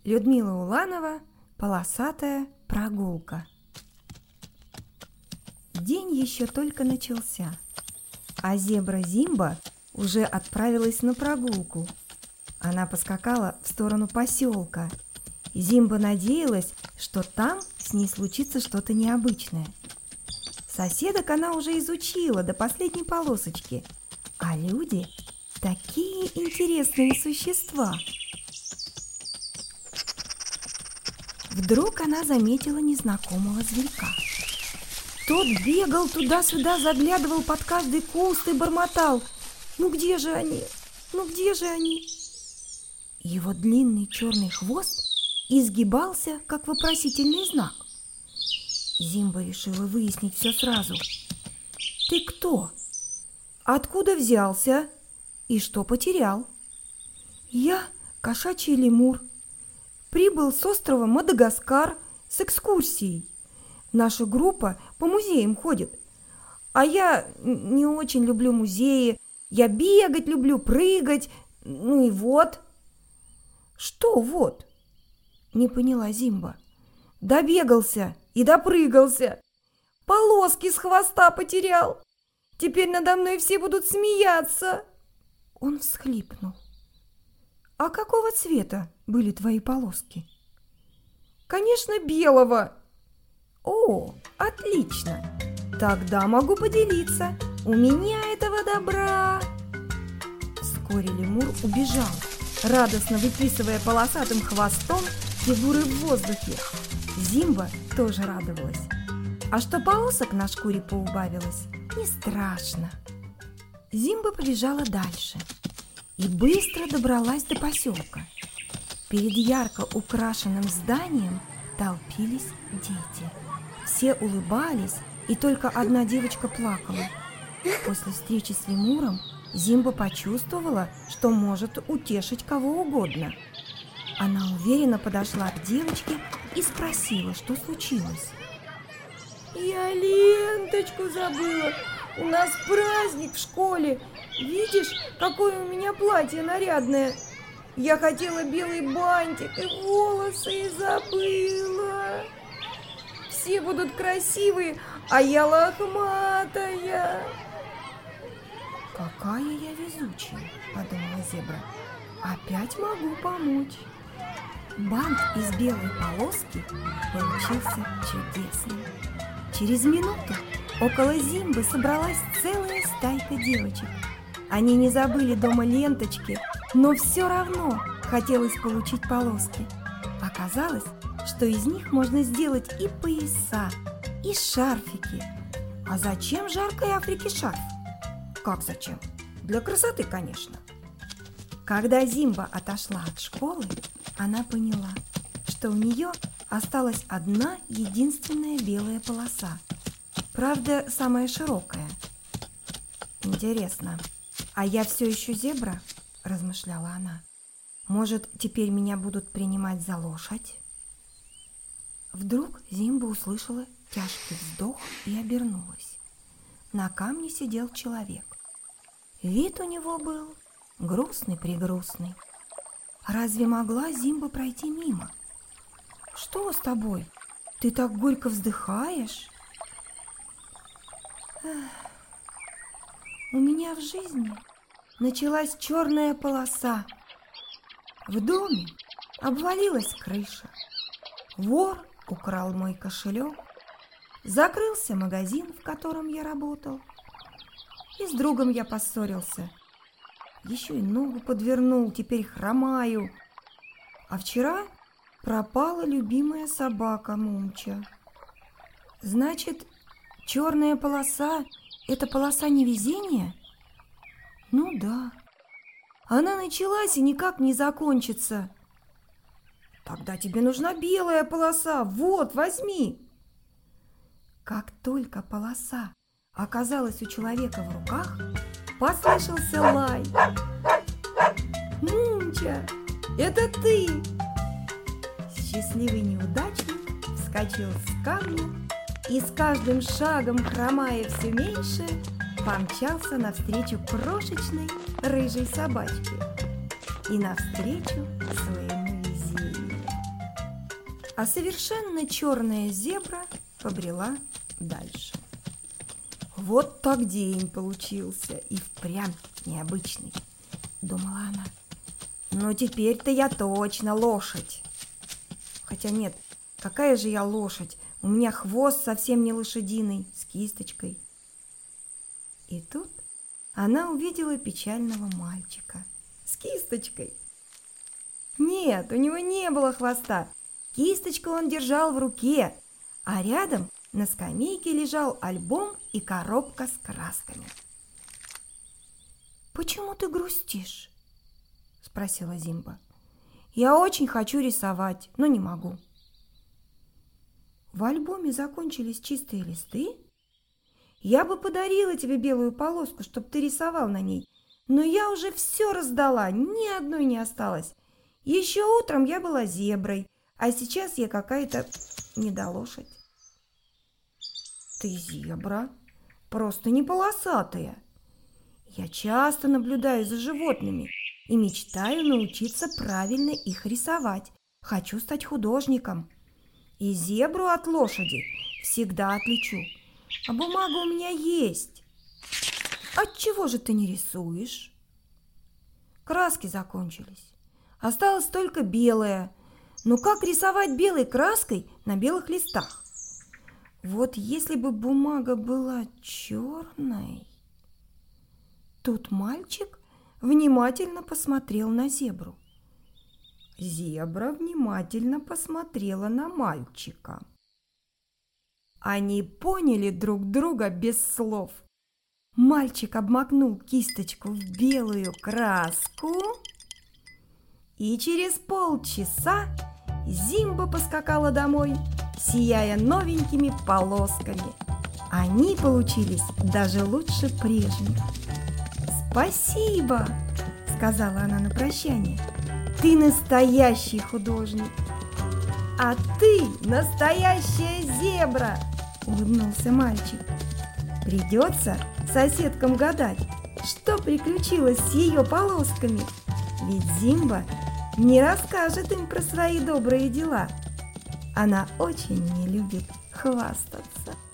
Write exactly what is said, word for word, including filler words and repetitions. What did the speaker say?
Людмила Уланова. Полосатая прогулка. День еще только начался, а зебра Зимба уже отправилась на прогулку. Она поскакала в сторону поселка. Зимба надеялась, что там с ней случится что-то необычное. Соседок она уже изучила до последней полосочки, а люди – такие интересные существа. Вдруг она заметила незнакомого зверька. Тот бегал туда-сюда, заглядывал под каждый куст и бормотал: «Ну где же они? Ну где же они?» Его длинный черный хвост изгибался, как вопросительный знак. Зимба решила выяснить все сразу. «Ты кто? Откуда взялся? И что потерял?» «Я кошачий лемур. Прибыл с острова Мадагаскар с экскурсией. Наша группа по музеям ходит. А я не очень люблю музеи. Я бегать люблю, прыгать. Ну и вот». «Что вот?» – не поняла Зимба. «Добегался и допрыгался. Полоски с хвоста потерял. Теперь надо мной все будут смеяться». Он всхлипнул. «А какого цвета были твои полоски?» «Конечно, белого». «О, отлично! Тогда могу поделиться. У меня этого добра». Вскоре лемур убежал, радостно выписывая полосатым хвостом фигуры в воздухе. Зимба тоже радовалась. А что полосок на шкуре поубавилось, не страшно. Зимба побежала дальше и быстро добралась до поселка. Перед ярко украшенным зданием толпились дети. Все улыбались, и только одна девочка плакала. После встречи с лемуром Зимба почувствовала, что может утешить кого угодно. Она уверенно подошла к девочке и спросила, что случилось. «Я ленточку забыла. У нас праздник в школе. Видишь, какое у меня платье нарядное? Я хотела белый бантик и волосы и забыла. Все будут красивые, а я лохматая». «Какая я везучая», – подумала зебра. «Опять могу помочь». Бант из белой полоски получился чудесным. Через минуту около Зимбы собралась целая стайка девочек. Они не забыли дома ленточки, но все равно хотелось получить полоски. Оказалось, что из них можно сделать и пояса, и шарфики. А зачем жаркой Африке шарф? Как зачем? Для красоты, конечно. Когда Зимба отошла от школы, она поняла, что у нее осталась одна единственная белая полоса. Правда, самая широкая. «Интересно, а я все еще зебра?» – размышляла она. «Может, теперь меня будут принимать за лошадь?» Вдруг Зимба услышала тяжкий вздох и обернулась. На камне сидел человек. Вид у него был грустный-прегрустный. Разве могла Зимба пройти мимо? «Что с тобой? Ты так горько вздыхаешь?» Эх, у меня в жизни началась черная полоса. В доме обвалилась крыша. Вор украл мой кошелек. Закрылся магазин, в котором я работал. И с другом я поссорился. Еще и ногу подвернул, теперь хромаю. А вчера пропала любимая собака Мумча. Значит, черная полоса – это полоса невезения? Ну да. Она началась и никак не закончится. Тогда тебе нужна белая полоса. Вот, возьми. Как только полоса оказалась у человека в руках, послышался лай. «Мумча, это ты!» Счастливый неудачник вскочил с камня и с каждым шагом, хромая все меньше, помчался навстречу крошечной рыжей собачке и навстречу своему везению. а совершенно черная зебра побрела дальше. Вот так день получился, и впрямь необычный, думала она. Но теперь-то я точно лошадь. Хотя нет, какая же я лошадь? У меня хвост совсем не лошадиный, с кисточкой. И тут она увидела печального мальчика с кисточкой. Нет, у него не было хвоста. Кисточку он держал в руке, а рядом на скамейке лежал альбом и коробка с красками. «Почему ты грустишь?» – спросила Зимба. «Я очень хочу рисовать, но не могу». «В альбоме закончились чистые листы? Я бы подарила тебе белую полоску, чтобы ты рисовал на ней, но я уже все раздала, ни одной не осталось. Еще утром я была зеброй, а сейчас я какая-то недолошадь». «Ты зебра, просто не полосатая. Я часто наблюдаю за животными и мечтаю научиться правильно их рисовать. Хочу стать художником. И зебру от лошади всегда отличу. А бумага у меня есть. Отчего же ты не рисуешь?» «Краски закончились. Осталась только белая. Но как рисовать белой краской на белых листах? Вот если бы бумага была черной...» Тут мальчик внимательно посмотрел на зебру. Зебра внимательно посмотрела на мальчика. Они поняли друг друга без слов. Мальчик обмакнул кисточку в белую краску, и через полчаса Зимба поскакала домой, сияя новенькими полосками. Они получились даже лучше прежних. «Спасибо!» – сказала она на прощание. «Ты настоящий художник!» «А ты настоящая зебра!» – улыбнулся мальчик. «Придется соседкам гадать, что приключилось с ее полосками, ведь Зимба не расскажет им про свои добрые дела. Она очень не любит хвастаться».